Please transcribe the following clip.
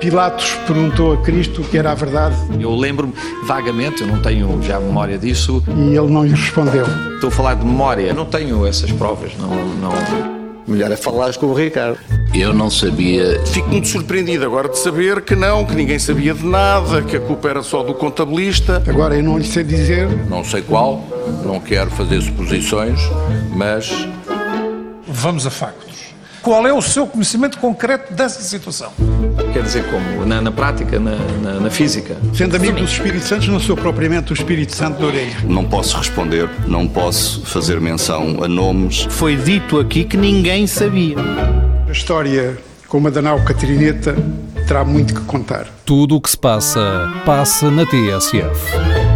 Pilatos perguntou a Cristo o que era a verdade. Eu lembro-me vagamente, eu não tenho já memória disso. E ele não lhe respondeu. Estou a falar de memória, eu não tenho essas provas, não. Melhor é falares com o Ricardo. Eu não sabia. Fico muito surpreendido agora de saber que ninguém sabia de nada, que a culpa era só do contabilista. Agora eu não lhe sei dizer. Não sei qual, não quero fazer suposições, mas... Vamos a factos. Qual é o seu conhecimento concreto dessa situação? Quer dizer como? Na prática, na física. Sendo amigo dos Espíritos Santos, não sou propriamente o Espírito Santo da orelha. Não posso responder, não posso fazer menção a nomes. Foi dito aqui que ninguém sabia. A história com Madanao Catrineta terá muito que contar. Tudo o que se passa, passa na TSF.